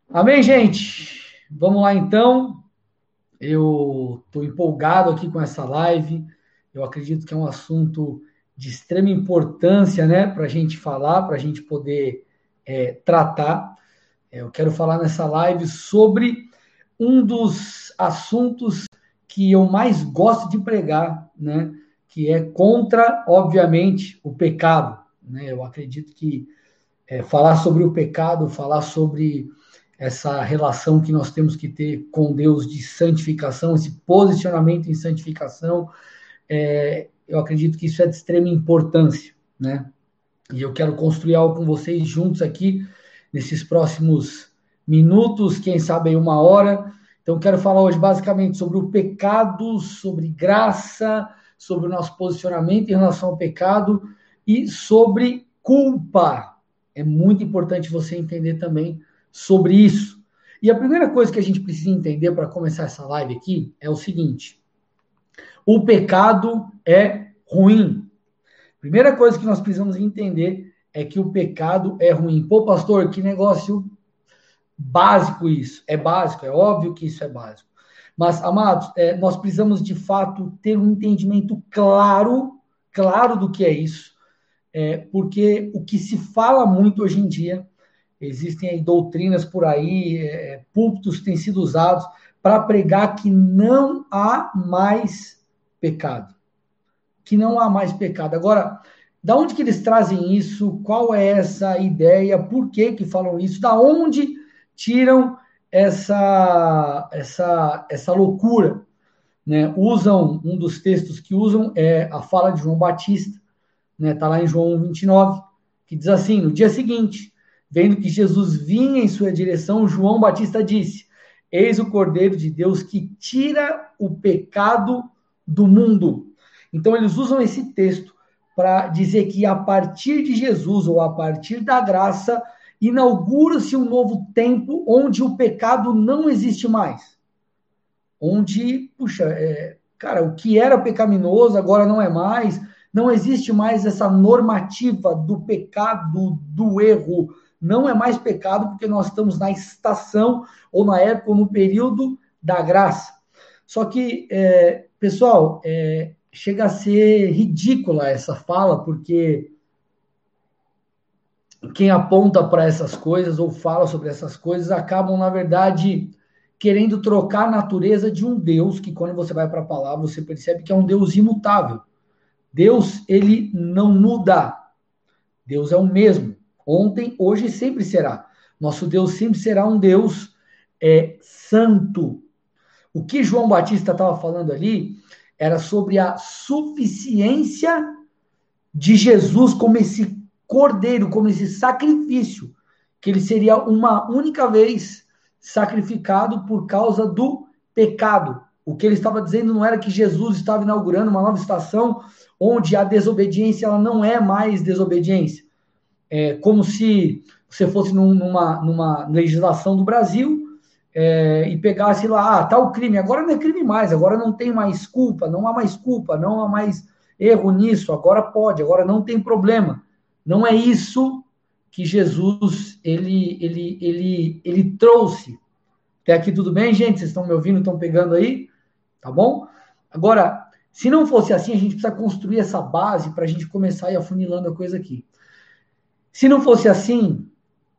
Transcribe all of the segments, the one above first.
Amém, gente? Vamos lá então. Eu estou empolgado aqui com essa live. Eu acredito que é um assunto de extrema importância, né, para a gente falar, para a gente poder tratar. Eu quero falar nessa live sobre um dos assuntos que eu mais gosto de pregar, né, que é contra, obviamente, o pecado. Né? Eu acredito que falar sobre o pecado, falar sobre essa relação que nós temos que ter com Deus de santificação, esse posicionamento em santificação, eu acredito que isso é de extrema importância, né? E eu quero construir algo com vocês juntos aqui, nesses próximos minutos, quem sabe aí 1 hora. Então, quero falar hoje basicamente sobre o pecado, sobre graça, sobre o nosso posicionamento em relação ao pecado e sobre culpa. É muito importante você entender também sobre isso. E a primeira coisa que a gente precisa entender para começar essa live aqui é o seguinte: o pecado é ruim. Primeira coisa que nós precisamos entender é que o pecado é ruim. Pô, pastor, que negócio básico isso. É básico, é óbvio que isso é básico. Mas, amados, nós precisamos de fato ter um entendimento claro do que é isso. Porque o que se fala muito hoje em dia, existem aí doutrinas por aí, púlpitos têm sido usados para pregar que não há mais pecado. Que não há mais pecado. Agora, da onde que eles trazem isso? Qual é essa ideia? Por que que falam isso? Da onde tiram essa loucura? Né? Usam, um dos textos que usam é a fala de João Batista, né? Tá lá em João 29, que diz assim: no dia seguinte, vendo que Jesus vinha em sua direção, João Batista disse: eis o Cordeiro de Deus que tira o pecado do mundo. Então, eles usam esse texto para dizer que a partir de Jesus, ou a partir da graça, inaugura-se um novo tempo onde o pecado não existe mais. Onde, puxa, cara, o que era pecaminoso agora não é mais, não existe mais essa normativa do pecado, do erro, não é mais pecado porque nós estamos na estação, ou na época, ou no período da graça. Só que, pessoal, chega a ser ridícula essa fala, porque quem aponta para essas coisas ou fala sobre essas coisas acabam, na verdade, querendo trocar a natureza de um Deus que, quando você vai para a palavra, você percebe que é um Deus imutável. Deus, ele não muda. Deus é o mesmo. Ontem, hoje e sempre será. Nosso Deus sempre será um Deus santo. O que João Batista estava falando ali era sobre a suficiência de Jesus como esse cordeiro, como esse sacrifício, que ele seria uma única vez sacrificado por causa do pecado. O que ele estava dizendo não era que Jesus estava inaugurando uma nova estação onde a desobediência ela não é mais desobediência. É como se você fosse numa legislação do Brasil e pegasse lá, tal crime, agora não é crime mais, agora não tem mais culpa, não há mais culpa, não há mais erro nisso, agora pode, agora não tem problema. Não é isso que Jesus ele trouxe. Até aqui tudo bem, gente? Vocês estão me ouvindo, estão pegando aí? Tá bom? Agora, se não fosse assim, a gente precisa construir essa base para a gente começar a ir afunilando a coisa aqui. Se não fosse assim,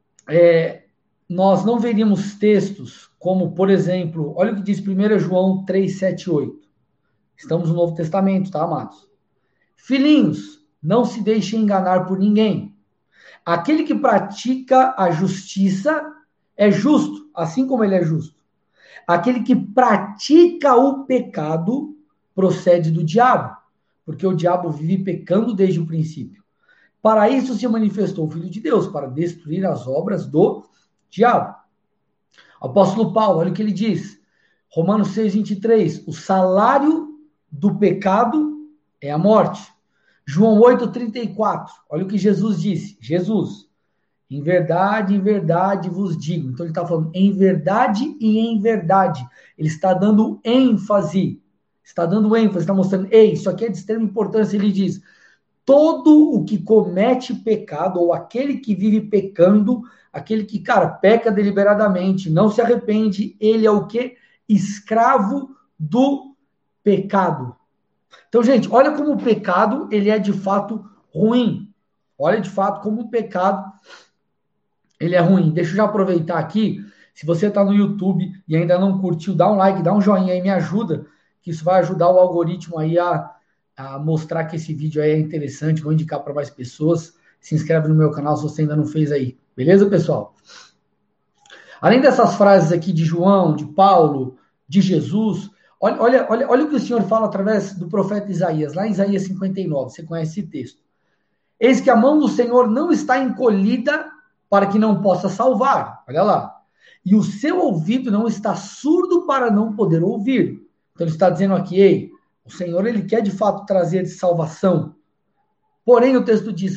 nós não veríamos textos como, por exemplo, olha o que diz 1 João 3, 7, 8. Estamos no Novo Testamento, tá, amados? Filhinhos, não se deixem enganar por ninguém. Aquele que pratica a justiça é justo, assim como ele é justo. Aquele que pratica o pecado procede do diabo, porque o diabo vive pecando desde o princípio. Para isso se manifestou o Filho de Deus, para destruir as obras do diabo. Apóstolo Paulo, olha o que ele diz. Romanos 6, 23. O salário do pecado é a morte. João 8, 34. Olha o que Jesus disse. Jesus, em verdade vos digo. Então ele está falando em verdade e em verdade. Ele está dando ênfase. Está mostrando, ei, isso aqui é de extrema importância. Ele diz, todo o que comete pecado, ou aquele que vive pecando, Aquele que, cara, peca deliberadamente, não se arrepende, ele é o quê? Escravo do pecado. Então, gente, olha como o pecado, ele é de fato ruim. Olha de fato como o pecado, ele é ruim. Deixa eu já aproveitar aqui, se você está no YouTube e ainda não curtiu, dá um like, dá um joinha aí, me ajuda, que isso vai ajudar o algoritmo aí a mostrar que esse vídeo aí é interessante, vou indicar para mais pessoas. Se inscreve no meu canal se você ainda não fez aí. Beleza, pessoal? Além dessas frases aqui de João, de Paulo, de Jesus, olha o que o Senhor fala através do profeta Isaías, lá em Isaías 59, você conhece esse texto. Eis que a mão do Senhor não está encolhida para que não possa salvar, olha lá. E o seu ouvido não está surdo para não poder ouvir. Então ele está dizendo aqui, ei, o Senhor ele quer de fato trazer salvação. Porém o texto diz,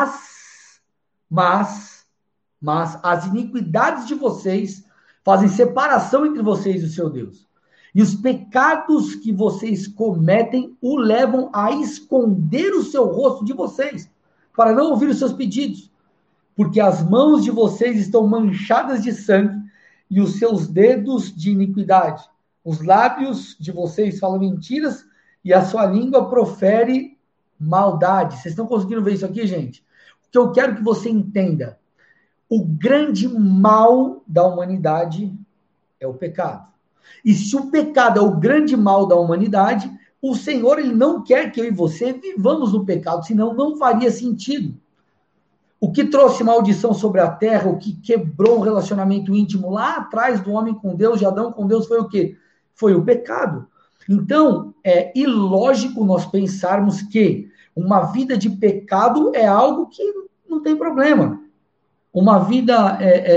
mas as iniquidades de vocês fazem separação entre vocês e o seu Deus. E os pecados que vocês cometem o levam a esconder o seu rosto de vocês, para não ouvir os seus pedidos. Porque as mãos de vocês estão manchadas de sangue e os seus dedos de iniquidade. Os lábios de vocês falam mentiras e a sua língua profere maldade. Vocês estão conseguindo ver isso aqui, gente? O que eu quero que você entenda. O grande mal da humanidade é o pecado. E se o pecado é o grande mal da humanidade, o Senhor ele não quer que eu e você vivamos no pecado, senão não faria sentido. O que trouxe maldição sobre a terra, o que quebrou o relacionamento íntimo lá atrás do homem com Deus, de Adão com Deus, foi o quê? Foi o pecado. Então, é ilógico nós pensarmos que uma vida de pecado é algo que não tem problema. Uma vida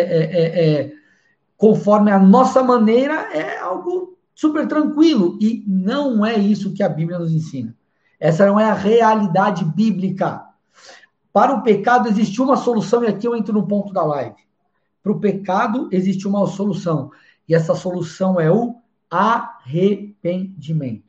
conforme a nossa maneira é algo super tranquilo. E não é isso que a Bíblia nos ensina. Essa não é a realidade bíblica. Para o pecado existe uma solução, e aqui eu entro no ponto da live. Para o pecado existe uma solução. E essa solução é o arrependimento.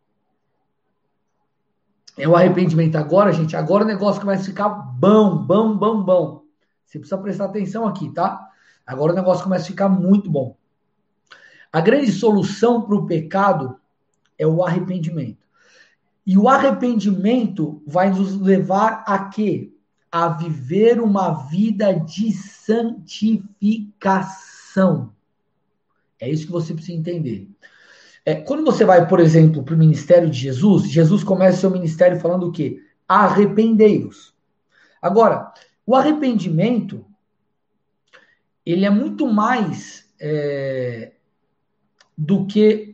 É o arrependimento. Agora, gente, agora o negócio começa a ficar bom. Você precisa prestar atenção aqui, tá? Agora o negócio começa a ficar muito bom. A grande solução para o pecado é o arrependimento. E o arrependimento vai nos levar a quê? A viver uma vida de santificação. É isso que você precisa entender. Quando você vai, por exemplo, para o ministério de Jesus, Jesus começa o seu ministério falando o quê? Arrependei-vos. Agora, o arrependimento, ele é muito mais do que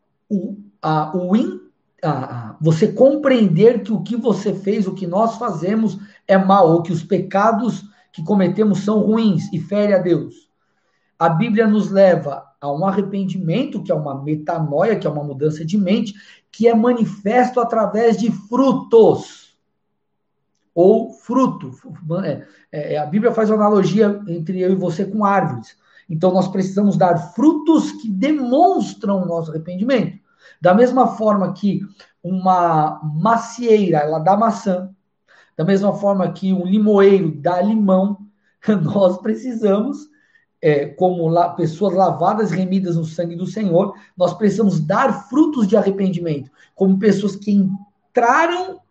você compreender que o que você fez, o que nós fazemos é mal, ou que os pecados que cometemos são ruins e fere a Deus. A Bíblia nos leva a um arrependimento, que é uma metanoia, que é uma mudança de mente, que é manifesto através de frutos. Ou fruto. A Bíblia faz uma analogia entre eu e você com árvores. Então, nós precisamos dar frutos que demonstram o nosso arrependimento. Da mesma forma que uma macieira, ela dá maçã, da mesma forma que um limoeiro dá limão, nós precisamos, como pessoas lavadas, remidas no sangue do Senhor, nós precisamos dar frutos de arrependimento, como pessoas que entraram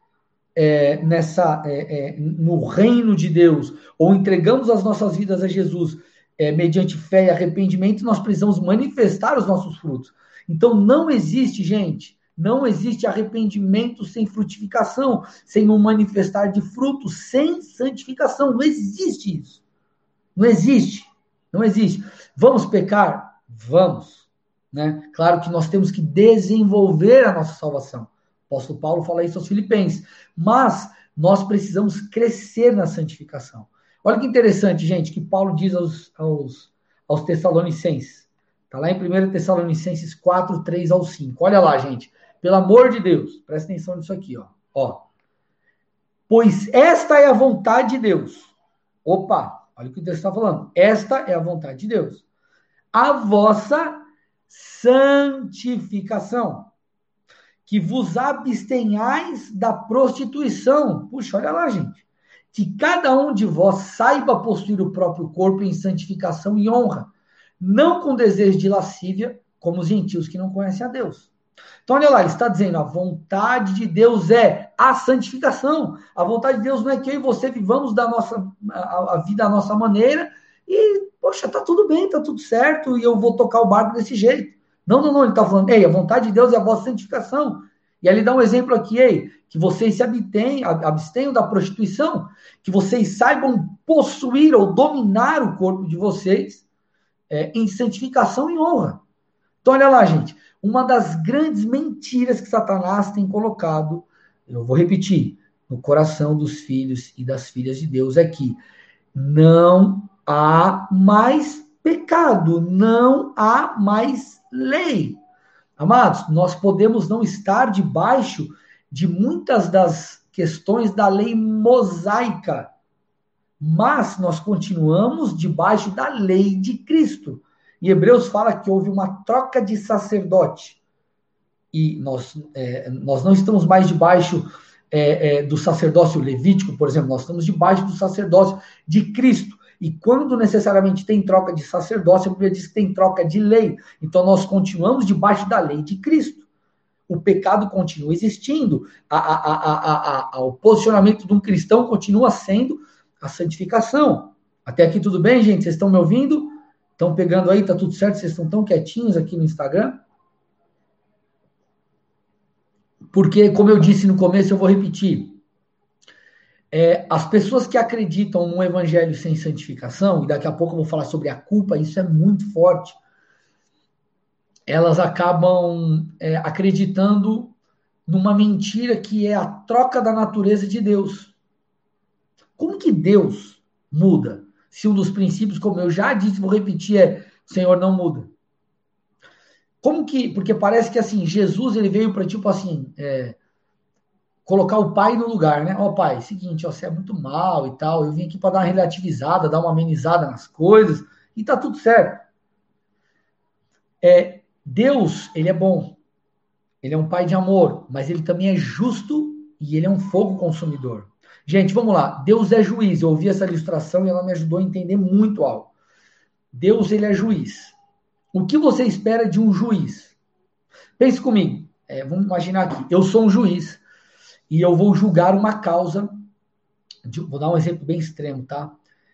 no reino de Deus, ou entregamos as nossas vidas a Jesus, mediante fé e arrependimento, nós precisamos manifestar os nossos frutos. Então, não existe, gente, não existe arrependimento sem frutificação, sem um manifestar de frutos, sem santificação. Não existe isso. Não existe. Não existe. Vamos pecar? Vamos. Né? Claro que nós temos que desenvolver a nossa salvação. O apóstolo Paulo fala isso aos Filipenses. Mas nós precisamos crescer na santificação. Olha que interessante, gente, que Paulo diz aos Tessalonicenses. Está lá em 1 Tessalonicenses 4, 3 ao 5. Olha lá, gente. Pelo amor de Deus, presta atenção nisso aqui. Ó. Pois esta é a vontade de Deus. Opa, olha o que Deus está falando. Esta é a vontade de Deus. A vossa santificação. Que vos abstenhais da prostituição. Puxa, olha lá, gente. que cada um de vós saiba possuir o próprio corpo em santificação e honra, não com desejo de lascívia, como os gentios que não conhecem a Deus. Então, olha lá, ele está dizendo, a vontade de Deus é a santificação. A vontade de Deus não é que eu e você vivamos a vida à nossa maneira e, poxa, tá tudo bem, tá tudo certo, e eu vou tocar o barco desse jeito. Não, ele está falando, ei, a vontade de Deus é a vossa santificação. E aí ele dá um exemplo aqui, ei, que vocês se abstenham da prostituição, que vocês saibam possuir ou dominar o corpo de vocês em santificação e honra. Então, olha lá, gente, uma das grandes mentiras que Satanás tem colocado, eu vou repetir, no coração dos filhos e das filhas de Deus é que não há mais pecado, não há mais lei. Amados, nós podemos não estar debaixo de muitas das questões da lei mosaica, mas nós continuamos debaixo da lei de Cristo. E Hebreus fala que houve uma troca de sacerdote. E nós não estamos mais debaixo do sacerdócio levítico, por exemplo, nós estamos debaixo do sacerdócio de Cristo. E quando necessariamente tem troca de sacerdócio, a Bíblia diz que tem troca de lei. Então nós continuamos debaixo da lei de Cristo. O pecado continua existindo. O posicionamento de um cristão continua sendo a santificação. Até aqui tudo bem, gente? Vocês estão me ouvindo? Estão pegando aí? Tá tudo certo? Vocês estão tão quietinhos aqui no Instagram? Porque, como eu disse no começo, eu vou repetir. As pessoas que acreditam num evangelho sem santificação, e daqui a pouco eu vou falar sobre a culpa, isso é muito forte, elas acabam acreditando numa mentira que é a troca da natureza de Deus. Como que Deus muda? Se um dos princípios, como eu já disse, vou repetir, o Senhor não muda. Como que, porque parece que assim, Jesus ele veio para tipo assim, colocar o pai no lugar, né? Ó, pai, seguinte, ó, você é muito mal e tal, eu vim aqui para dar uma relativizada, dar uma amenizada nas coisas, e tá tudo certo. Deus, ele é bom, ele é um pai de amor, mas ele também é justo e ele é um fogo consumidor. Gente, vamos lá, Deus é juiz, eu ouvi essa ilustração e ela me ajudou a entender muito algo. Deus, ele é juiz. O que você espera de um juiz? Pense comigo, vamos imaginar aqui, eu sou um juiz, e eu vou julgar uma causa, vou dar um exemplo bem extremo, tá?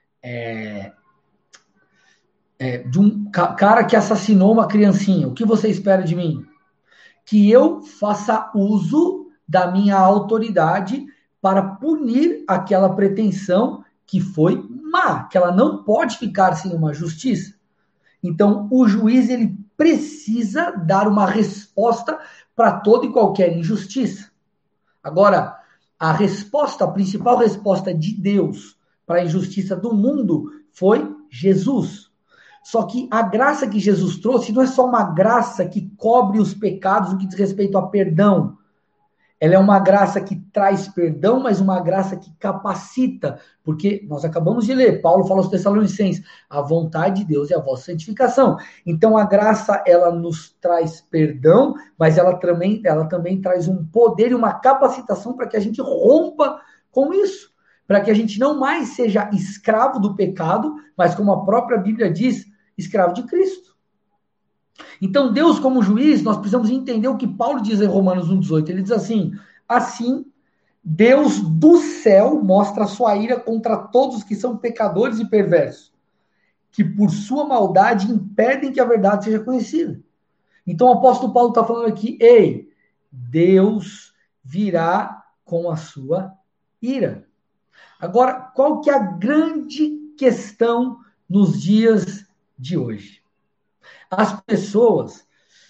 De um cara que assassinou uma criancinha. O que você espera de mim? Que eu faça uso da minha autoridade para punir aquela pretensão que foi má, que ela não pode ficar sem uma justiça. Então, o juiz ele precisa dar uma resposta para toda e qualquer injustiça. Agora, a principal resposta de Deus para a injustiça do mundo foi Jesus. Só que a graça que Jesus trouxe não é só uma graça que cobre os pecados no que diz respeito a perdão. Ela é uma graça que traz perdão, mas uma graça que capacita. Porque nós acabamos de ler, Paulo fala aos Tessalonicenses, a vontade de Deus é a vossa santificação. Então a graça, ela nos traz perdão, mas ela também traz um poder e uma capacitação para que a gente rompa com isso. Para que a gente não mais seja escravo do pecado, mas como a própria Bíblia diz, escravo de Cristo. Então, Deus como juiz, nós precisamos entender o que Paulo diz em Romanos 1,18. Ele diz assim, Deus do céu mostra a sua ira contra todos que são pecadores e perversos, que por sua maldade impedem que a verdade seja conhecida. Então, o apóstolo Paulo está falando aqui, Deus virá com a sua ira. Agora, qual que é a grande questão nos dias de hoje? As pessoas,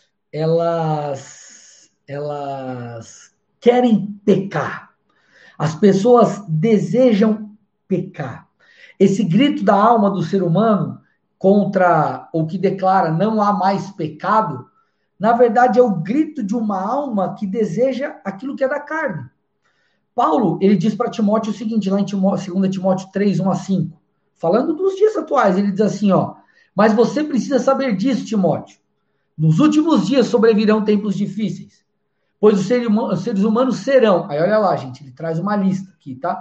elas querem pecar. As pessoas desejam pecar. Esse grito da alma do ser humano contra o que declara não há mais pecado, na verdade é o grito de uma alma que deseja aquilo que é da carne. Paulo, ele diz para Timóteo o seguinte, lá em 2 Timóteo 3, 1-5, falando dos dias atuais, ele diz assim, mas você precisa saber disso, Timóteo. Nos últimos dias sobrevirão tempos difíceis, pois os seres humanos serão, aí olha lá, gente, ele traz uma lista aqui, tá?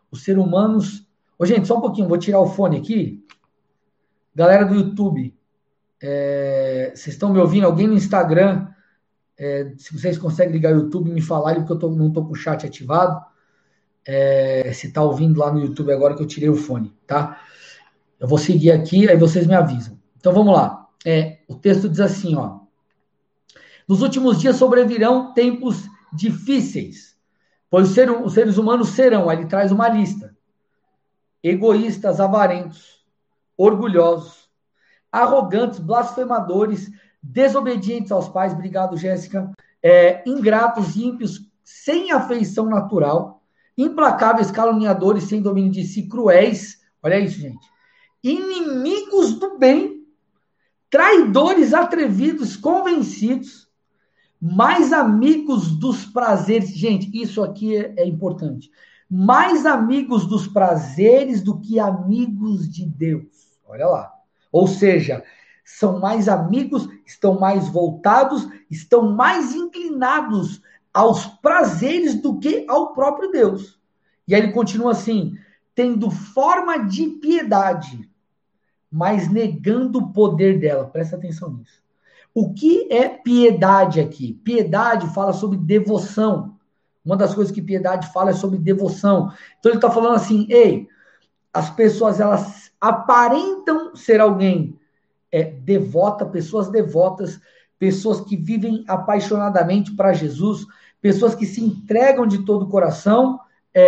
os seres humanos... Ô, gente, só um pouquinho, vou tirar o fone aqui. Galera do YouTube, vocês estão me ouvindo? Alguém no Instagram, se vocês conseguem ligar o YouTube, me falarem, porque eu não estou com o chat ativado. Se está ouvindo lá no YouTube agora que eu tirei o fone, tá? Eu vou seguir aqui, aí vocês me avisam. Então, vamos lá. O texto diz assim, ó. Nos últimos dias sobrevirão tempos difíceis, pois os seres humanos serão, aí ele traz uma lista, egoístas, avarentos, orgulhosos, arrogantes, blasfemadores, desobedientes aos pais, obrigado, Jéssica, ingratos, ímpios, sem afeição natural, implacáveis, caluniadores, sem domínio de si, cruéis, olha isso, gente, inimigos do bem, traidores, atrevidos, convencidos, mais amigos dos prazeres. Gente, isso aqui é importante. Mais amigos dos prazeres do que amigos de Deus. Olha lá. Ou seja, são mais amigos, estão mais voltados, estão mais inclinados aos prazeres do que ao próprio Deus. E aí ele continua assim, tendo forma de piedade, mas negando o poder dela. Presta atenção nisso. O que é piedade aqui? Piedade fala sobre devoção. Uma das coisas que piedade fala é sobre devoção. Então ele está falando assim, as pessoas, elas aparentam ser alguém devota, pessoas devotas, pessoas que vivem apaixonadamente para Jesus, pessoas que se entregam de todo o coração.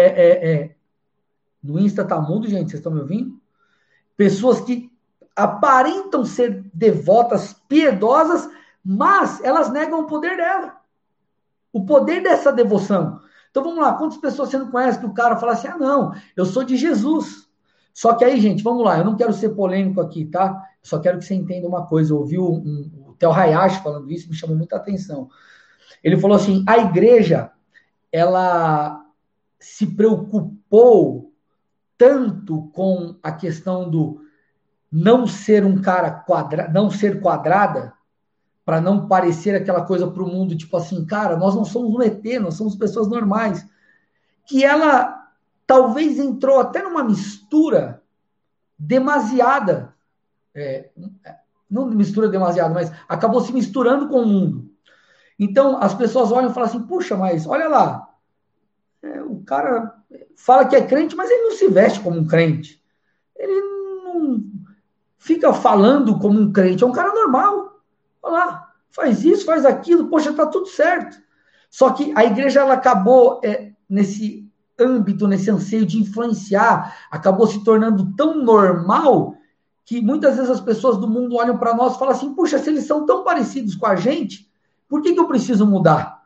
No Insta tá mudo, gente, vocês estão me ouvindo? Pessoas que aparentam ser devotas, piedosas, mas elas negam o poder dela. O poder dessa devoção. Então vamos lá, quantas pessoas você não conhece que o cara fala assim, não, eu sou de Jesus. Só que aí, gente, vamos lá, eu não quero ser polêmico aqui, tá? Eu só quero que você entenda uma coisa. Eu ouvi o Theo Hayashi falando isso, me chamou muita atenção. Ele falou assim, a igreja, ela se preocupou tanto com a questão do não ser um cara não ser quadrada, para não parecer aquela coisa para o mundo, tipo assim, cara, nós não somos um ET, nós somos pessoas normais, que ela talvez entrou até numa mistura demasiada, não mistura demasiada, mas acabou se misturando com o mundo. Então, as pessoas olham e falam assim, puxa, mas olha lá, o cara fala que é crente, mas ele não se veste como um crente. Ele não fica falando como um crente, é um cara normal. Olha lá, faz isso, faz aquilo, poxa, tá tudo certo. Só que a igreja, ela acabou nesse âmbito, nesse anseio de influenciar, acabou se tornando tão normal que muitas vezes as pessoas do mundo olham para nós e falam assim, puxa, se eles são tão parecidos com a gente, por que eu preciso mudar?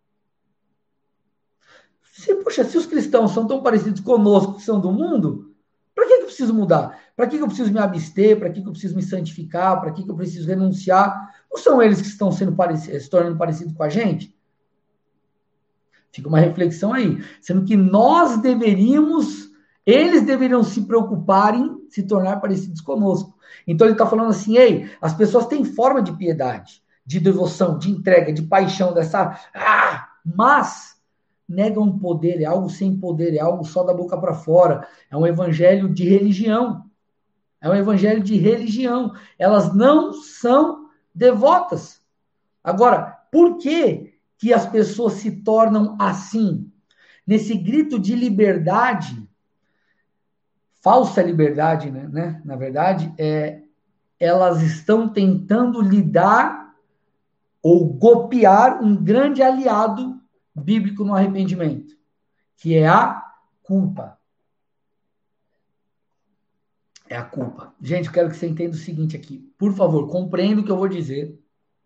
Se os cristãos são tão parecidos conosco que são do mundo, para que eu preciso mudar? Para que eu preciso me abster? Para que eu preciso me santificar? Para que eu preciso renunciar? Não são eles que estão se tornando parecidos com a gente? Fica uma reflexão aí. Sendo que eles deveriam se preocupar em se tornar parecidos conosco. Então ele está falando assim, as pessoas têm forma de piedade, de devoção, de entrega, de paixão, mas negam poder, é algo sem poder, é algo só da boca para fora, é um evangelho de religião, elas não são devotas. Agora, por que as pessoas se tornam assim? Nesse grito de liberdade, falsa liberdade, né? Na verdade, elas estão tentando lidar ou golpear um grande aliado bíblico no arrependimento, que é a culpa. É a culpa. Gente, eu quero que você entenda o seguinte aqui. Por favor, compreenda o que eu vou dizer.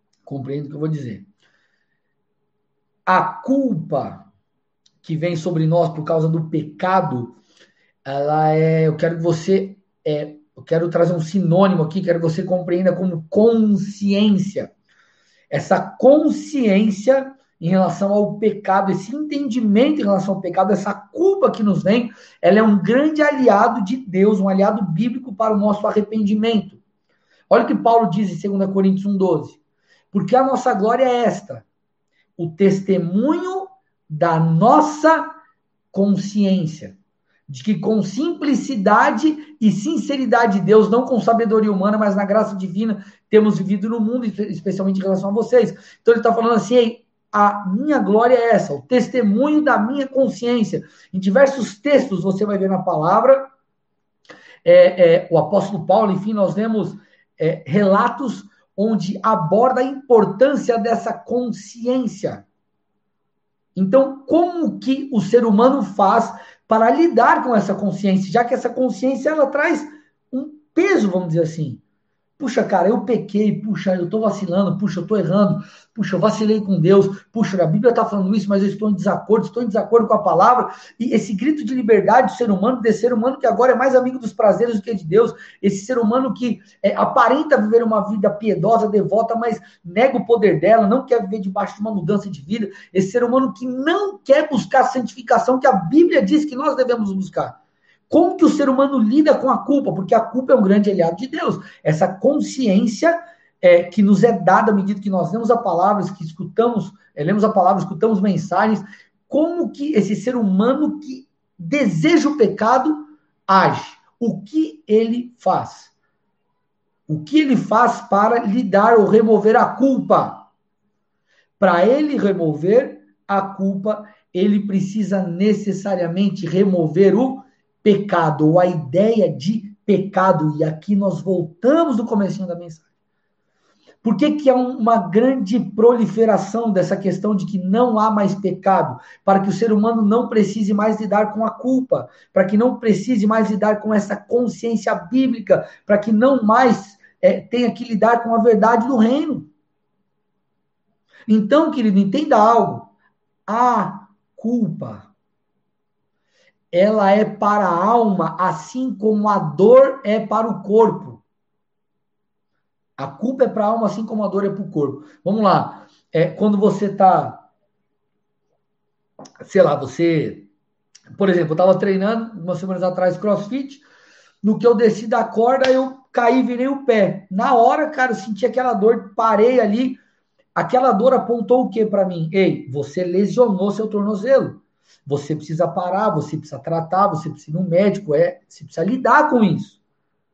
A culpa que vem sobre nós por causa do pecado, eu quero trazer um sinônimo aqui, quero que você compreenda como consciência. Essa consciência em relação ao pecado, esse entendimento em relação ao pecado, essa culpa que nos vem, ela é um grande aliado de Deus, um aliado bíblico para o nosso arrependimento. Olha o que Paulo diz em 2 Coríntios 1,12. Porque a nossa glória é esta, o testemunho da nossa consciência. de que com simplicidade e sinceridade de Deus, não com sabedoria humana, mas na graça divina, temos vivido no mundo, especialmente em relação a vocês. Então ele está falando assim, ei, a minha glória é essa, o testemunho da minha consciência. Em diversos textos você vai ver na palavra, o apóstolo Paulo, enfim, nós vemos relatos onde aborda a importância dessa consciência. Então, como que o ser humano faz para lidar com essa consciência, já que essa consciência ela traz um peso, vamos dizer assim. Puxa, cara, eu pequei, puxa, eu estou vacilando, puxa, eu estou errando, puxa, eu vacilei com Deus, puxa, a Bíblia está falando isso, mas eu estou em desacordo com a palavra, e esse grito de liberdade do ser humano, desse ser humano que agora é mais amigo dos prazeres do que de Deus, esse ser humano que aparenta viver uma vida piedosa, devota, mas nega o poder dela, não quer viver debaixo de uma mudança de vida, esse ser humano que não quer buscar a santificação que a Bíblia diz que nós devemos buscar. Como que o ser humano lida com a culpa? Porque a culpa é um grande aliado de Deus. Essa consciência que nos é dada à medida que nós lemos a palavra, que escutamos, lemos a palavra, escutamos mensagens. Como que esse ser humano que deseja o pecado age? O que ele faz? O que ele faz para lidar ou remover a culpa? Para ele remover a culpa, ele precisa necessariamente remover o pecado, ou a ideia de pecado. E aqui nós voltamos do comecinho da mensagem. Por que há uma grande proliferação dessa questão de que não há mais pecado? Para que o ser humano não precise mais lidar com a culpa, para que não precise mais lidar com essa consciência bíblica, para que não mais tenha que lidar com a verdade do reino. Então, querido, entenda algo. A culpa, ela é para a alma, assim como a dor é para o corpo. A culpa é para a alma, assim como a dor é para o corpo. Vamos lá. Quando você está, sei lá, por exemplo, eu estava treinando umas semanas atrás CrossFit, no que eu desci da corda, eu caí e virei o pé. Na hora, cara, eu senti aquela dor, parei ali, aquela dor apontou o que para mim? Ei, você lesionou seu tornozelo. Você precisa parar, você precisa tratar, você precisa ir no médico, você precisa lidar com isso.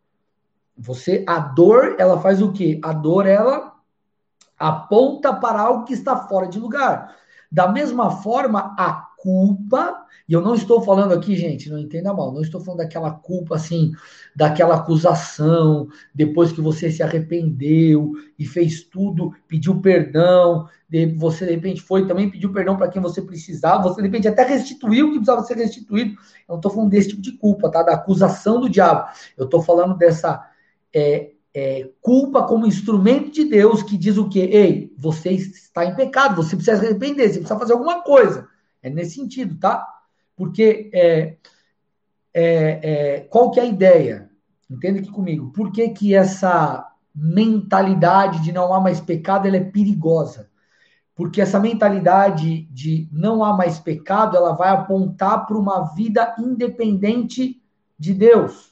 A dor, ela faz o quê? A dor, ela aponta para algo que está fora de lugar. Da mesma forma, a culpa, e eu não estou falando aqui, gente, não entenda mal, não estou falando daquela culpa, assim, daquela acusação, depois que você se arrependeu e fez tudo, pediu perdão, você, de repente, foi também pediu perdão para quem você precisava, você, de repente, até restituiu o que precisava ser restituído. Eu não estou falando desse tipo de culpa, tá? Da acusação do diabo. Eu estou falando dessa culpa como instrumento de Deus que diz o quê? Ei, você está em pecado, você precisa se arrepender, você precisa fazer alguma coisa. É nesse sentido, tá? Porque qual que é a ideia? Entenda aqui comigo. Por que essa mentalidade de não há mais pecado, ela é perigosa? Porque essa mentalidade de não há mais pecado, ela vai apontar para uma vida independente de Deus.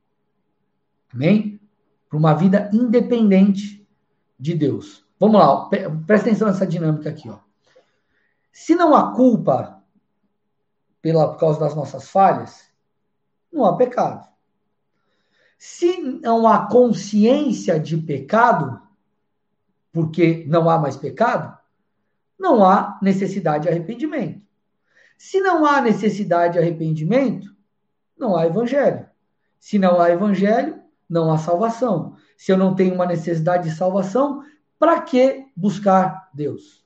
Amém? Para uma vida independente de Deus. Vamos lá, presta atenção nessa dinâmica aqui, ó. Se não há culpa por causa das nossas falhas, não há pecado. Se não há consciência de pecado, porque não há mais pecado, não há necessidade de arrependimento. Se não há necessidade de arrependimento, não há evangelho. Se não há evangelho, não há salvação. Se eu não tenho uma necessidade de salvação, para que buscar Deus?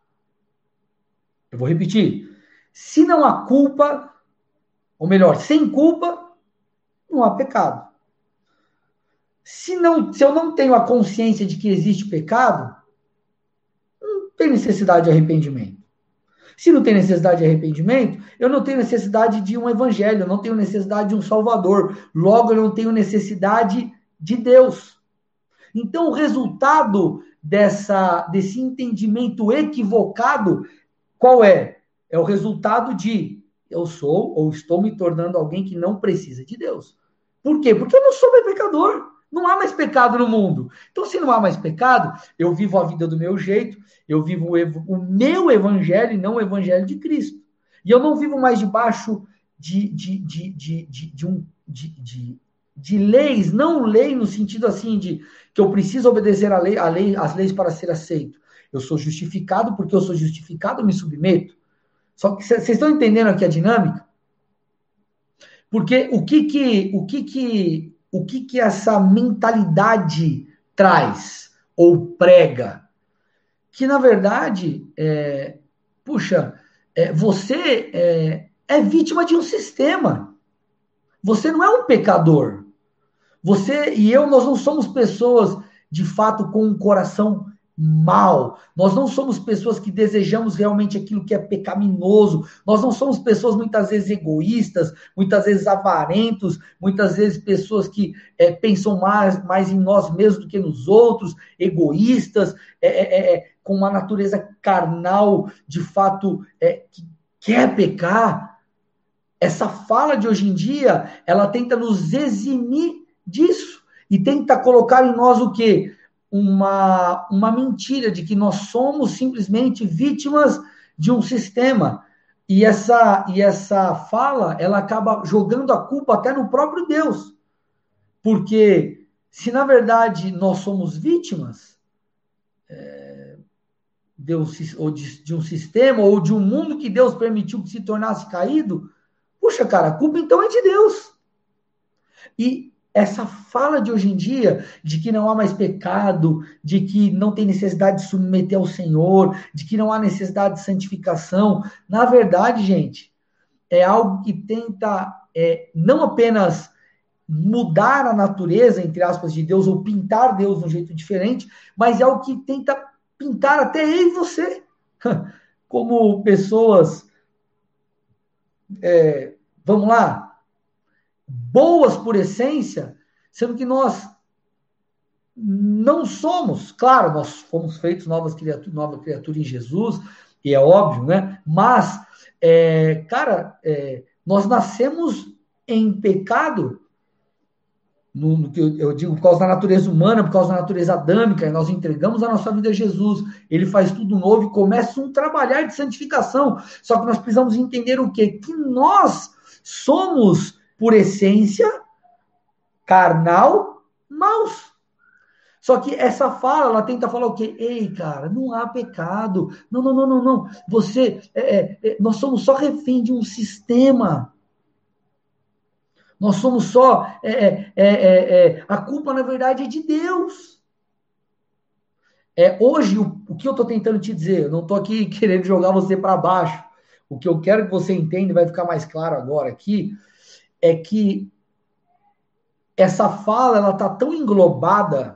Eu vou repetir. Se não há culpa, ou melhor, sem culpa, não há pecado. Se eu não tenho a consciência de que existe pecado, não tem necessidade de arrependimento. Se não tem necessidade de arrependimento, eu não tenho necessidade de um evangelho, eu não tenho necessidade de um salvador. Logo, eu não tenho necessidade de Deus. Então, o resultado desse entendimento equivocado, qual é? É o resultado de eu sou ou estou me tornando alguém que não precisa de Deus. Por quê? Porque eu não sou mais pecador. Não há mais pecado no mundo. Então, se não há mais pecado, eu vivo a vida do meu jeito, eu vivo o meu evangelho e não o evangelho de Cristo. E eu não vivo mais debaixo de leis, não lei no sentido assim de que eu preciso obedecer as leis para ser aceito. Eu sou justificado, porque eu sou justificado, eu me submeto. Só que vocês estão entendendo aqui a dinâmica? Porque o que essa mentalidade traz ou prega? Que, na verdade, você é vítima de um sistema. Você não é um pecador. Você e eu, nós não somos pessoas, de fato, com um coração mal. Nós não somos pessoas que desejamos realmente aquilo que é pecaminoso. Nós não somos pessoas, muitas vezes, egoístas, muitas vezes avarentos, muitas vezes pessoas que pensam mais em nós mesmos do que nos outros, egoístas, com uma natureza carnal, de fato, que quer pecar. Essa fala de hoje em dia, ela tenta nos eximir disso e tenta colocar em nós o quê? Uma mentira de que nós somos simplesmente vítimas de um sistema. E essa fala, ela acaba jogando a culpa até no próprio Deus. Porque se na verdade nós somos vítimas de um sistema ou de um mundo que Deus permitiu que se tornasse caído, puxa, cara, a culpa então é de Deus. E essa fala de hoje em dia, de que não há mais pecado, de que não tem necessidade de submeter ao Senhor, de que não há necessidade de santificação, na verdade, gente, é algo que tenta não apenas mudar a natureza, entre aspas, de Deus, ou pintar Deus de um jeito diferente, mas é algo que tenta pintar até eu e você, como pessoas, vamos lá, boas por essência, sendo que nós não somos. Claro, nós fomos feitos nova criatura em Jesus, e é óbvio, né? Mas, nós nascemos em pecado, no que eu digo, por causa da natureza humana, por causa da natureza adâmica, e nós entregamos a nossa vida a Jesus, ele faz tudo novo e começa um trabalhar de santificação. Só que nós precisamos entender o quê? Que nós somos, por essência, carnal, maus. Só que essa fala, ela tenta falar o quê? Ei, cara, não há pecado. Não, não, não, não, não. Nós somos só refém de um sistema. Nós somos só... a culpa, na verdade, é de Deus. Hoje, o que eu estou tentando te dizer, eu não estou aqui querendo jogar você para baixo. O que eu quero que você entenda, e vai ficar mais claro agora aqui, é que essa fala, ela está tão englobada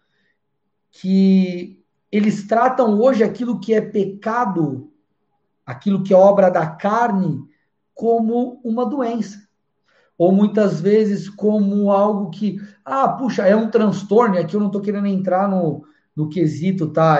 que eles tratam hoje aquilo que é pecado, aquilo que é obra da carne, como uma doença. Ou muitas vezes como algo que, puxa, é um transtorno, e aqui eu não estou querendo entrar no quesito, tá?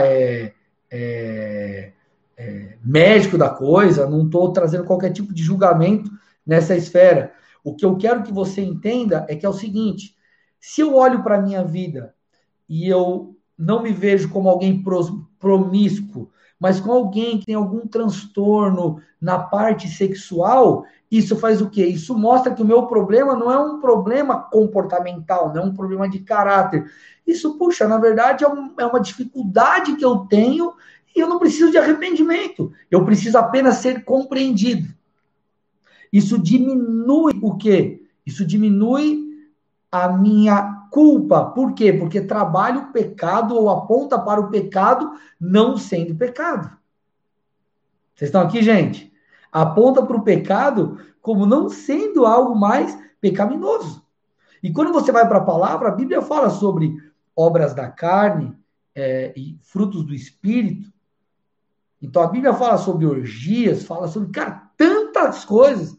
Médico da coisa, não estou trazendo qualquer tipo de julgamento nessa esfera. O que eu quero que você entenda é que é o seguinte: se eu olho para a minha vida e eu não me vejo como alguém promíscuo, mas com alguém que tem algum transtorno na parte sexual, isso faz o quê? Isso mostra que o meu problema não é um problema comportamental, não é um problema de caráter. Isso, puxa, na verdade é uma dificuldade que eu tenho e eu não preciso de arrependimento. Eu preciso apenas ser compreendido. Isso diminui o quê? Isso diminui a minha culpa. Por quê? Porque trabalha o pecado ou aponta para o pecado não sendo pecado. Vocês estão aqui, gente? Aponta para o pecado como não sendo algo mais pecaminoso. E quando você vai para a palavra, a Bíblia fala sobre obras da carne e frutos do Espírito. Então a Bíblia fala sobre orgias, fala sobre, cara, tantas coisas.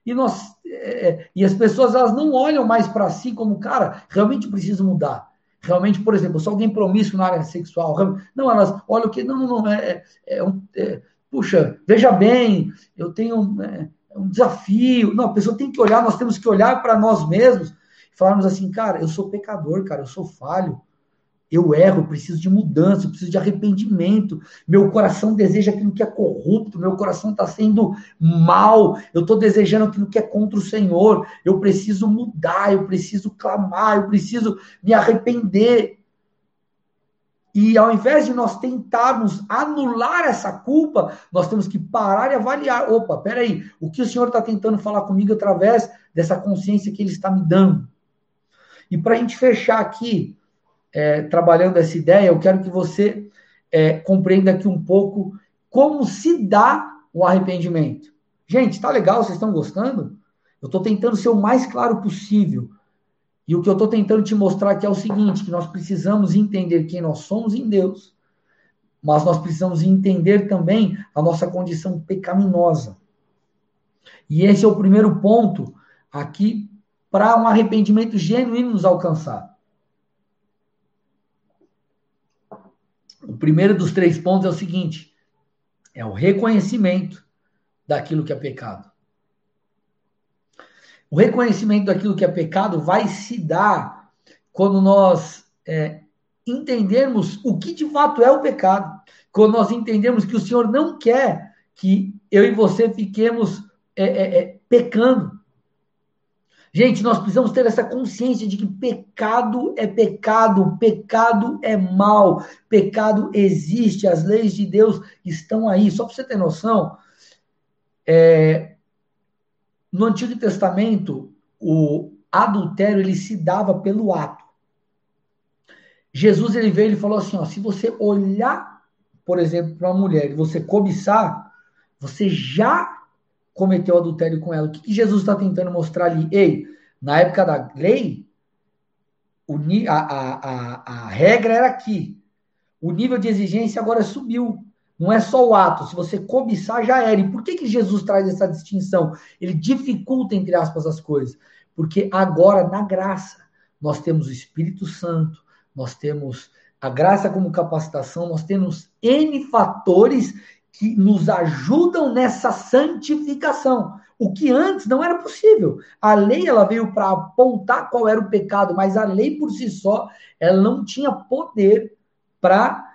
E as pessoas, elas não olham mais para si como, cara, realmente preciso mudar. Realmente, por exemplo, se alguém promíscuo na área sexual, não, elas olham que, não, puxa, veja bem, eu tenho um desafio. Não, a pessoa tem que olhar, nós temos que olhar para nós mesmos e falarmos assim, cara, eu sou pecador, cara, eu sou falho. eu erro, eu preciso de mudança, eu preciso de arrependimento, meu coração deseja aquilo que é corrupto, meu coração está sendo mal, eu estou desejando aquilo que é contra o Senhor, eu preciso mudar, eu preciso clamar, eu preciso me arrepender. E ao invés de nós tentarmos anular essa culpa, nós temos que parar e avaliar. Opa, peraí, o que o Senhor está tentando falar comigo através dessa consciência que Ele está me dando? E para a gente fechar aqui, trabalhando essa ideia, eu quero que você compreenda aqui um pouco como se dá o arrependimento. Gente, tá legal? Vocês estão gostando? Eu estou tentando ser o mais claro possível. E o que eu estou tentando te mostrar aqui é o seguinte, que nós precisamos entender quem nós somos em Deus, mas nós precisamos entender também a nossa condição pecaminosa. E esse é o primeiro ponto aqui para um arrependimento genuíno nos alcançar. O primeiro dos 3 pontos é o seguinte, é o reconhecimento daquilo que é pecado. O reconhecimento daquilo que é pecado vai se dar quando nós entendermos o que de fato é o pecado. Quando nós entendermos que o Senhor não quer que eu e você fiquemos pecando. Gente, nós precisamos ter essa consciência de que pecado é mal, pecado existe, as leis de Deus estão aí. Só para você ter noção, no Antigo Testamento, o adultério ele se dava pelo ato. Jesus ele veio e falou assim, ó, se você olhar, por exemplo, para uma mulher e você cobiçar, você já cometeu adultério com ela. O que Jesus está tentando mostrar ali? Ei, na época da lei, a regra era aqui. O nível de exigência agora subiu. Não é só o ato. Se você cobiçar, já era. E por que Jesus traz essa distinção? Ele dificulta, entre aspas, as coisas. Porque agora, na graça, nós temos o Espírito Santo, nós temos a graça como capacitação, nós temos N fatores que nos ajudam nessa santificação. O que antes não era possível. A lei ela veio para apontar qual era o pecado, mas a lei por si só ela não tinha poder para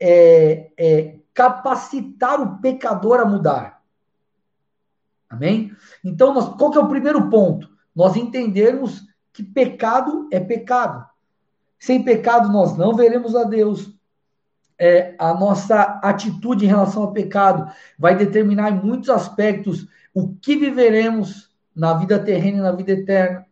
capacitar o pecador a mudar. Amém? Então, qual que é o primeiro ponto? Nós entendermos que pecado é pecado. Sem pecado nós não veremos a Deus. A nossa atitude em relação ao pecado vai determinar em muitos aspectos o que viveremos na vida terrena e na vida eterna.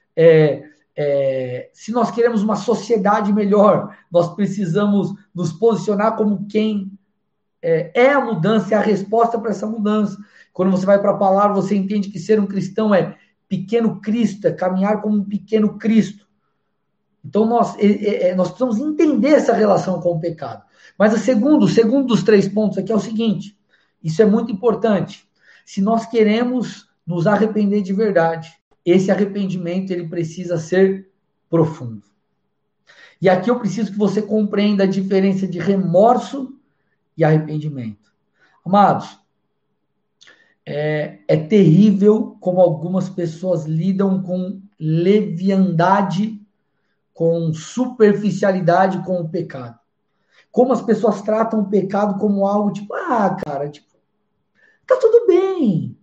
Se nós queremos uma sociedade melhor, nós precisamos nos posicionar como quem é a mudança, é a resposta para essa mudança. Quando você vai para a palavra, você entende que ser um cristão é pequeno Cristo, é caminhar como um pequeno Cristo. Então, nós precisamos entender essa relação com o pecado. Mas o segundo dos 3 pontos aqui é o seguinte, isso é muito importante. Se nós queremos nos arrepender de verdade, esse arrependimento ele precisa ser profundo. E aqui eu preciso que você compreenda a diferença de remorso e arrependimento. Amados, é terrível como algumas pessoas lidam com leviandade, com superficialidade com o pecado. Como as pessoas tratam o pecado como algo tipo, cara, tipo, tá tudo bem.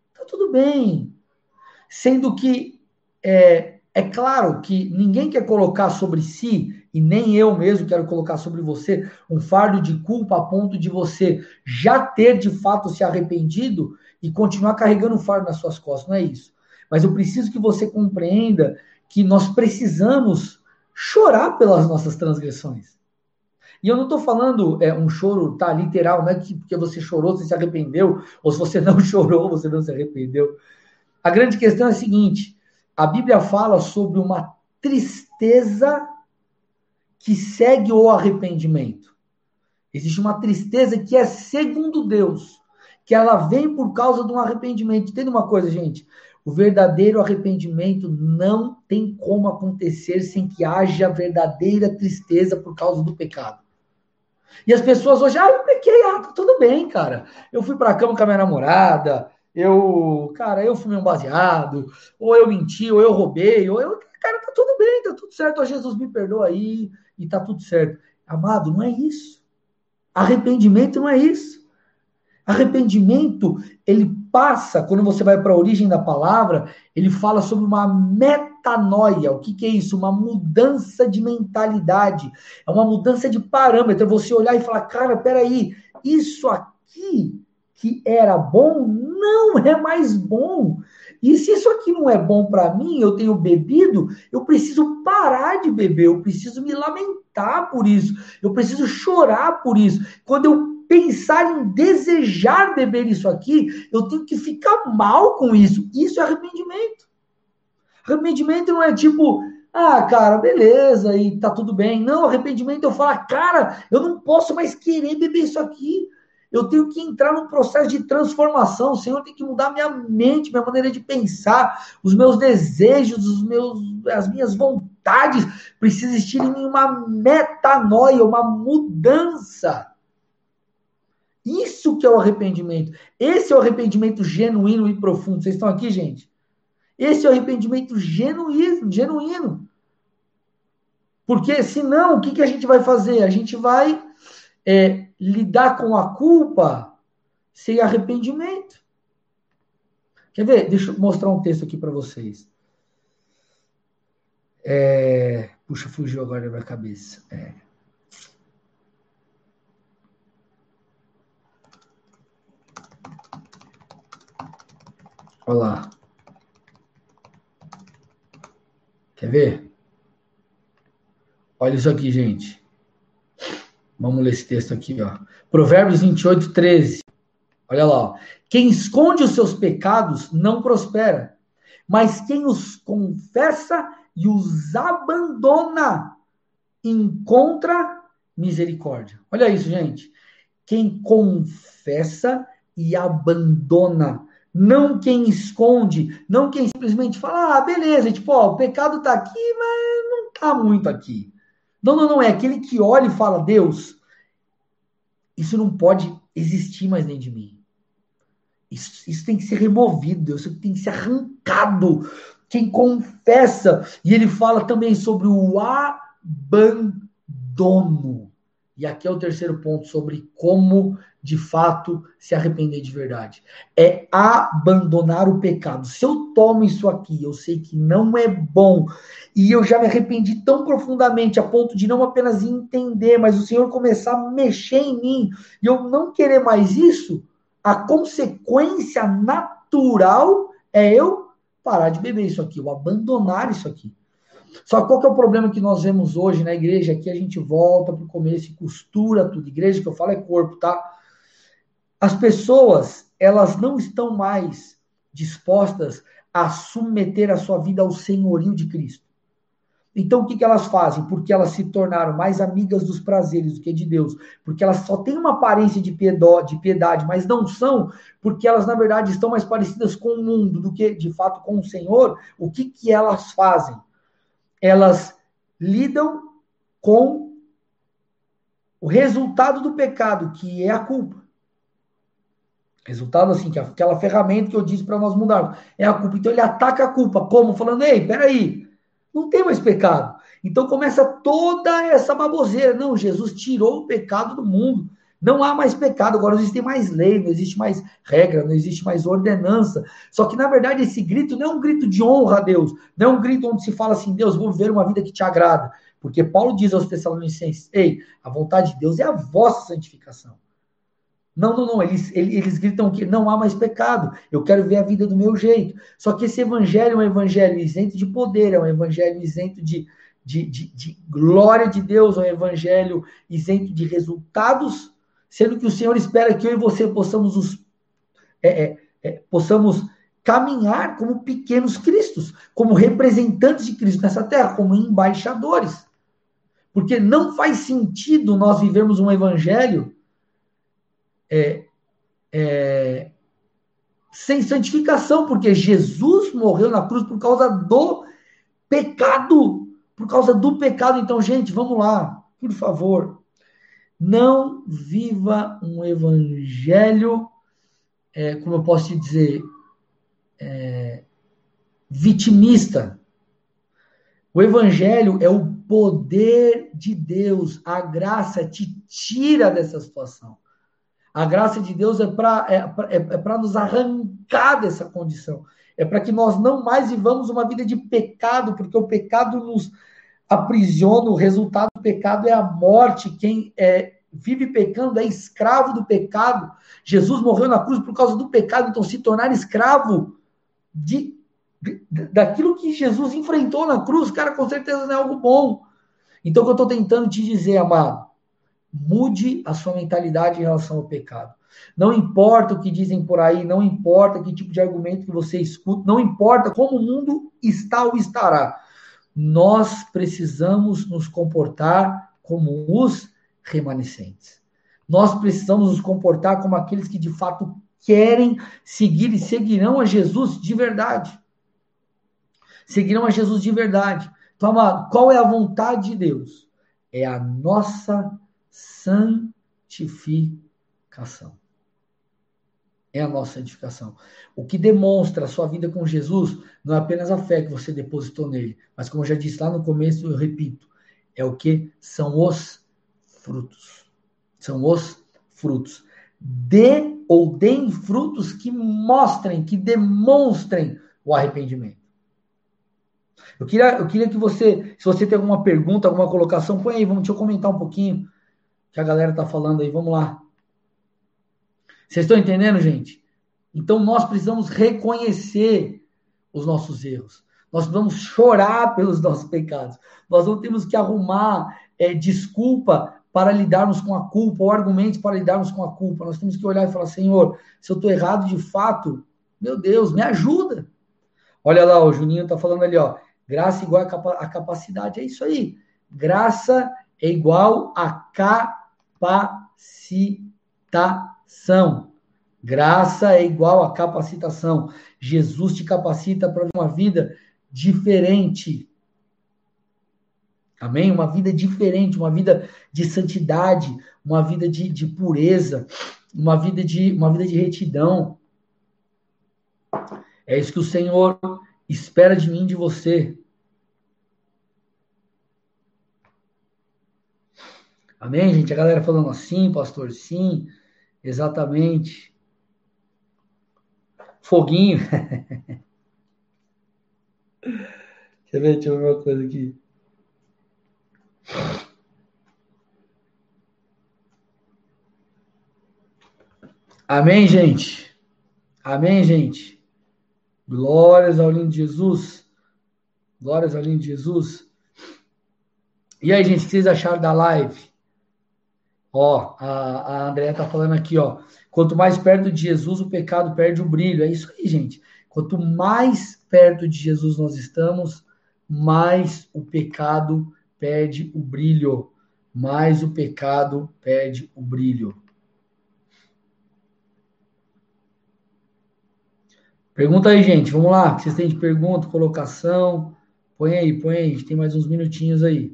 Sendo que é claro que ninguém quer colocar sobre si, e nem eu mesmo quero colocar sobre você, um fardo de culpa a ponto de você já ter de fato se arrependido e continuar carregando o fardo nas suas costas, não é isso. Mas eu preciso que você compreenda que nós precisamos chorar pelas nossas transgressões. E eu não estou falando um choro, tá, literal, não é que porque você chorou, você se arrependeu, ou se você não chorou, você não se arrependeu. A grande questão é a seguinte, a Bíblia fala sobre uma tristeza que segue o arrependimento. Existe uma tristeza que é segundo Deus, que ela vem por causa de um arrependimento. Entenda uma coisa, gente, o verdadeiro arrependimento não tem como acontecer sem que haja verdadeira tristeza por causa do pecado. E as pessoas hoje, eu pequei, tá tudo bem, cara. Eu fui pra cama com a minha namorada, eu fumei um baseado, ou eu menti, ou eu roubei, cara, tá tudo bem, tá tudo certo, ó, Jesus me perdoa aí, e tá tudo certo. Amado, não é isso. Arrependimento não é isso. Arrependimento, ele passa, quando você vai para a origem da palavra, ele fala sobre uma metanoia. O que que é isso? Uma mudança de mentalidade. É uma mudança de parâmetro. É você olhar e falar, cara, peraí, isso aqui que era bom, não é mais bom. E se isso aqui não é bom para mim, eu tenho bebido, eu preciso parar de beber, eu preciso me lamentar por isso, eu preciso chorar por isso. Quando eu pensar em desejar beber isso aqui, eu tenho que ficar mal com isso. Isso é arrependimento. Arrependimento não é tipo, ah, cara, beleza, e tá tudo bem. Não, arrependimento eu falo, cara, eu não posso mais querer beber isso aqui. Eu tenho que entrar num processo de transformação. O Senhor tem que mudar minha mente, minha maneira de pensar, os meus desejos, as minhas vontades. Precisa existir em mim uma metanoia, uma mudança. Isso que é o arrependimento. Esse é o arrependimento genuíno e profundo. Vocês estão aqui, gente? Esse é o arrependimento genuíno. Porque senão, o que que a gente vai fazer? A gente vai lidar com a culpa sem arrependimento. Quer ver? Deixa eu mostrar um texto aqui para vocês. Puxa, fugiu agora da minha cabeça. Olha lá. Quer ver? Olha isso aqui, gente. Vamos ler esse texto aqui, ó. Provérbios 28, 13. Olha lá. Ó. Quem esconde os seus pecados não prospera, mas quem os confessa e os abandona encontra misericórdia. Olha isso, gente. Quem confessa e abandona. Não quem esconde, não quem simplesmente fala, ah, beleza, tipo, ó, o pecado tá aqui, mas não tá muito aqui. Não, é aquele que olha e fala, Deus, isso não pode existir mais dentro de mim. Isso tem que ser removido, Deus, isso tem que ser arrancado. Quem confessa, e ele fala também sobre o abandono. E aqui é o terceiro ponto sobre como, de fato, se arrepender de verdade. É abandonar o pecado. Se eu tomo isso aqui, eu sei que não é bom, e eu já me arrependi tão profundamente a ponto de não apenas entender, mas o Senhor começar a mexer em mim, e eu não querer mais isso, a consequência natural é eu parar de beber isso aqui, eu abandonar isso aqui. Só que qual que é o problema que nós vemos hoje na igreja? Aqui a gente volta para o começo e costura tudo. Igreja que eu falo é corpo, tá? As pessoas, elas não estão mais dispostas a submeter a sua vida ao senhorio de Cristo. Então, o que elas fazem? Porque elas se tornaram mais amigas dos prazeres do que de Deus. Porque elas só têm uma aparência de piedade, mas não são, porque elas, na verdade, estão mais parecidas com o mundo do que, de fato, com o Senhor. O que elas fazem? Elas lidam com o resultado do pecado, que é a culpa. Resultado assim, que é aquela ferramenta que eu disse para nós mudarmos, é a culpa. Então ele ataca a culpa, como? Falando, ei, peraí, não tem mais pecado. Então começa toda essa baboseira. Não, Jesus tirou o pecado do mundo. Não há mais pecado, agora não existe mais lei, não existe mais regra, não existe mais ordenança. Só que, na verdade, esse grito não é um grito de honra a Deus, não é um grito onde se fala assim, Deus, vou viver uma vida que te agrada. Porque Paulo diz aos Tessalonicenses, ei, a vontade de Deus é a vossa santificação. Não, eles gritam que não há mais pecado, eu quero ver a vida do meu jeito. Só que esse evangelho é um evangelho isento de poder, é um evangelho isento de glória de Deus, é um evangelho isento de resultados, sendo que o Senhor espera que eu e você possamos caminhar como pequenos cristos, como representantes de Cristo nessa terra, como embaixadores. Porque não faz sentido nós vivermos um evangelho sem santificação, porque Jesus morreu na cruz por causa do pecado. Por causa do pecado. Então, gente, vamos lá, por favor. Não viva um evangelho, como eu posso te dizer, vitimista. O evangelho é o poder de Deus, a graça te tira dessa situação. A graça de Deus é para nos arrancar dessa condição. É para que nós não mais vivamos uma vida de pecado, porque o pecado nos aprisiona, o resultado do pecado é a morte. Quem vive pecando é escravo do pecado. Jesus morreu na cruz por causa do pecado, então se tornar escravo daquilo que Jesus enfrentou na cruz, cara, com certeza não é algo bom. Então, o que eu estou tentando te dizer, amado, mude a sua mentalidade em relação ao pecado. Não importa o que dizem por aí, não importa que tipo de argumento que você escuta, não importa como o mundo está ou estará. Nós precisamos nos comportar como os remanescentes. Nós precisamos nos comportar como aqueles que de fato querem seguir e seguirão a Jesus de verdade. Seguirão a Jesus de verdade. Então, amado, qual é a vontade de Deus? É a nossa santificação. É a nossa santificação. O que demonstra a sua vida com Jesus não é apenas a fé que você depositou nele, mas como eu já disse lá no começo, eu repito, é o que? São os frutos. São os frutos. Deem frutos que mostrem, que demonstrem o arrependimento. Eu queria que você, se você tem alguma pergunta, alguma colocação, põe aí, deixa eu comentar um pouquinho que a galera tá falando aí, vamos lá. Vocês estão entendendo, gente? Então, nós precisamos reconhecer os nossos erros. Nós precisamos chorar pelos nossos pecados. Nós não temos que arrumar desculpa para lidarmos com a culpa, ou argumentos para lidarmos com a culpa. Nós temos que olhar e falar, Senhor, se eu estou errado de fato, meu Deus, me ajuda. Olha lá, o Juninho está falando ali, ó, graça igual a capacidade. É isso aí. Graça é igual a capacitação. Graça é igual a capacitação. Jesus te capacita para uma vida diferente. Amém? Uma vida diferente, uma vida de santidade, uma vida de pureza, uma vida de retidão. É isso que o Senhor espera de mim e de você. Amém, gente? A galera falando assim, pastor, sim, exatamente. Foguinho. Deixa eu ver uma coisa aqui. Amém, gente? Amém, gente? Glórias ao lindo Jesus. Glórias ao lindo Jesus. E aí, gente, o que vocês acharam da live? Ó, a Andréia tá falando aqui, ó. Quanto mais perto de Jesus, o pecado perde o brilho. É isso aí, gente. Quanto mais perto de Jesus nós estamos, mais o pecado perde o brilho. Mais o pecado perde o brilho. Pergunta aí, gente. Vamos lá. O que vocês têm de pergunta, colocação? Põe aí. A gente tem mais uns minutinhos aí.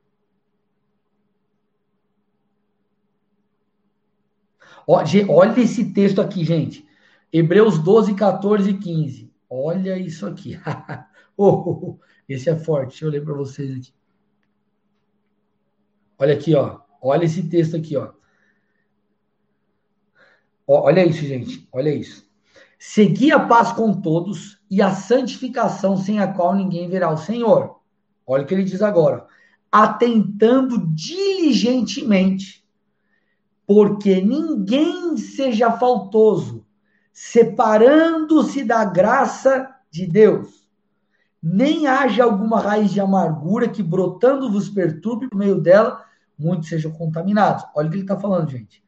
Olha esse texto aqui, gente. Hebreus 12, 14 e 15. Olha isso aqui. Esse é forte. Deixa eu ler para vocês aqui. Olha aqui, ó. Olha esse texto aqui, ó. Olha isso, gente. Olha isso. Segui a paz com todos e a santificação sem a qual ninguém verá o Senhor. Olha o que ele diz agora. Atentando diligentemente, porque ninguém seja faltoso, separando-se da graça de Deus, nem haja alguma raiz de amargura que brotando vos perturbe por meio dela, muitos sejam contaminados. Olha o que ele está falando, gente.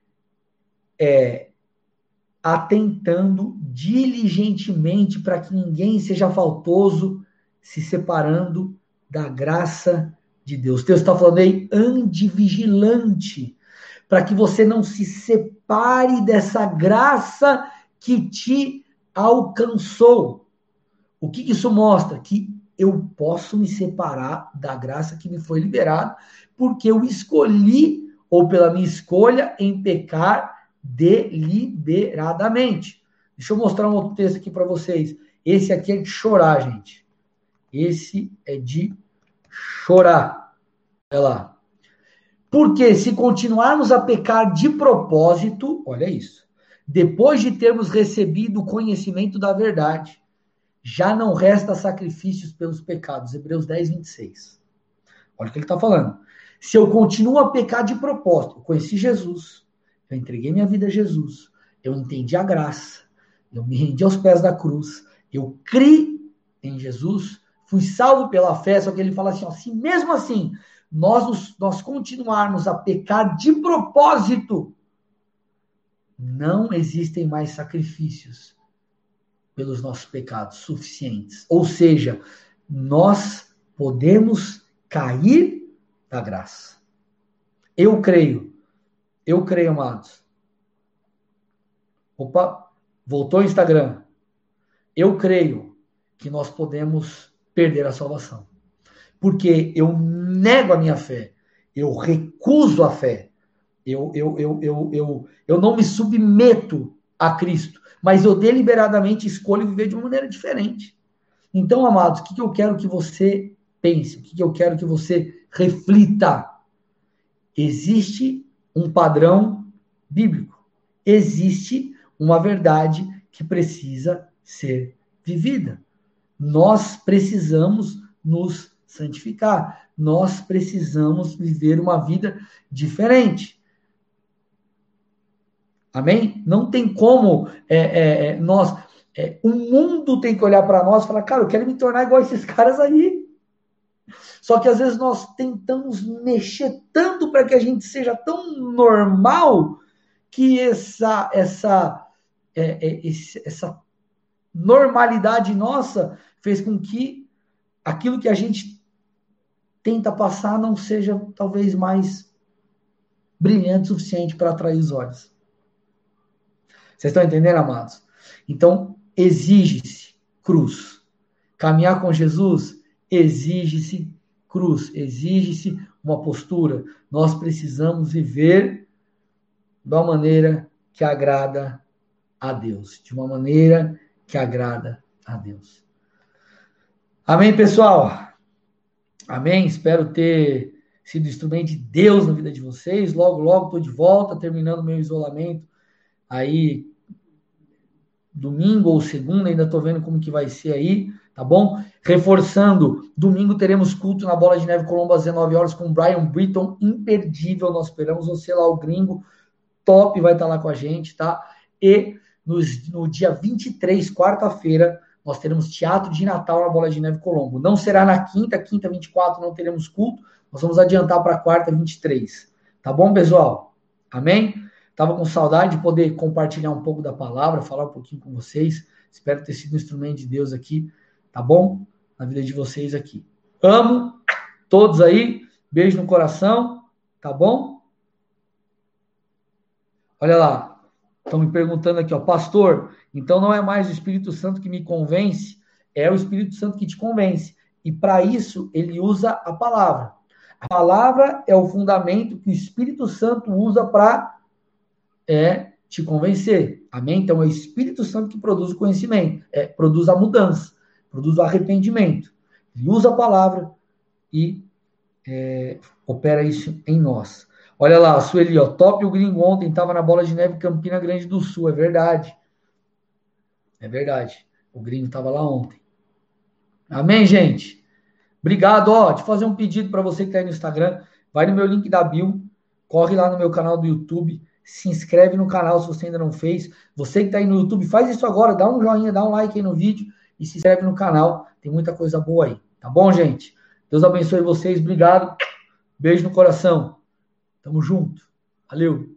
Atentando diligentemente para que ninguém seja faltoso, se separando da graça de Deus. Deus está falando aí, ande vigilante, para que você não se separe dessa graça que te alcançou. O que isso mostra? Que eu posso me separar da graça que me foi liberada, porque eu escolhi, ou pela minha escolha, em pecar deliberadamente. Deixa eu mostrar um outro texto aqui para vocês. Esse aqui é de chorar, gente. Esse é de chorar. Olha lá. Porque se continuarmos a pecar de propósito, olha isso, depois de termos recebido o conhecimento da verdade, já não resta sacrifícios pelos pecados. Hebreus 10, 26. Olha o que ele está falando. Se eu continuo a pecar de propósito, eu conheci Jesus, eu entreguei minha vida a Jesus, eu entendi a graça, eu me rendi aos pés da cruz, eu criei em Jesus, fui salvo pela fé, só que ele fala assim, ó, se mesmo assim nós continuarmos a pecar de propósito, não existem mais sacrifícios pelos nossos pecados suficientes. Ou seja, nós podemos cair da graça. Eu creio, amados. Opa, voltou o Instagram. Eu creio que nós podemos perder a salvação. Porque eu nego a minha fé, eu recuso a fé, eu não me submeto a Cristo, mas eu deliberadamente escolho viver de uma maneira diferente. Então, amados, o que eu quero que você pense, o que eu quero que você reflita? Existe um padrão bíblico, existe uma verdade que precisa ser vivida. Nós precisamos nos santificar, nós precisamos viver uma vida diferente. Amém? Não tem como o mundo tem que olhar para nós e falar, cara, eu quero me tornar igual a esses caras aí. Só que às vezes nós tentamos mexer tanto para que a gente seja tão normal que essa normalidade nossa fez com que aquilo que a gente tenta passar não seja talvez mais brilhante o suficiente para atrair os olhos. Vocês estão entendendo, amados? Então, exige-se cruz. Caminhar com Jesus exige-se cruz, exige-se uma postura. Nós precisamos viver de uma maneira que agrada a Deus, de uma maneira que agrada a Deus. Amém, pessoal? Amém? Espero ter sido instrumento de Deus na vida de vocês. Logo, logo estou de volta, terminando meu isolamento. Aí, domingo ou segunda, ainda estou vendo como que vai ser aí, tá bom? Reforçando, domingo teremos culto na Bola de Neve Colombo às 19 horas com o Brian Britton, imperdível. Nós esperamos você lá, o gringo top vai estar lá com a gente, tá? E no dia 23, quarta-feira, nós teremos teatro de Natal na Bola de Neve Colombo. Não será na quinta 24 não teremos culto, nós vamos adiantar para quarta 23. Tá bom, pessoal? Amém? Tava com saudade de poder compartilhar um pouco da palavra, falar um pouquinho com vocês. Espero ter sido um instrumento de Deus aqui, tá bom? Na vida de vocês aqui. Amo todos aí. Beijo no coração, tá bom? Olha lá. Estão me perguntando aqui, ó, pastor, então não é mais o Espírito Santo que me convence, é o Espírito Santo que te convence. E para isso, ele usa a palavra. A palavra é o fundamento que o Espírito Santo usa para te convencer. Amém? Então é o Espírito Santo que produz o conhecimento, produz a mudança, produz o arrependimento. Ele usa a palavra e opera isso em nós. Olha lá, a Sueli, ó, top o gringo ontem, estava na Bola de Neve Campina Grande do Sul, é verdade. É verdade. O gringo estava lá ontem. Amém, gente? Obrigado, ó, de fazer um pedido para você que está aí no Instagram, vai no meu link da bio, corre lá no meu canal do YouTube, se inscreve no canal se você ainda não fez. Você que está aí no YouTube, faz isso agora, dá um joinha, dá um like aí no vídeo e se inscreve no canal, tem muita coisa boa aí. Tá bom, gente? Deus abençoe vocês, obrigado. Beijo no coração. Tamo junto. Valeu.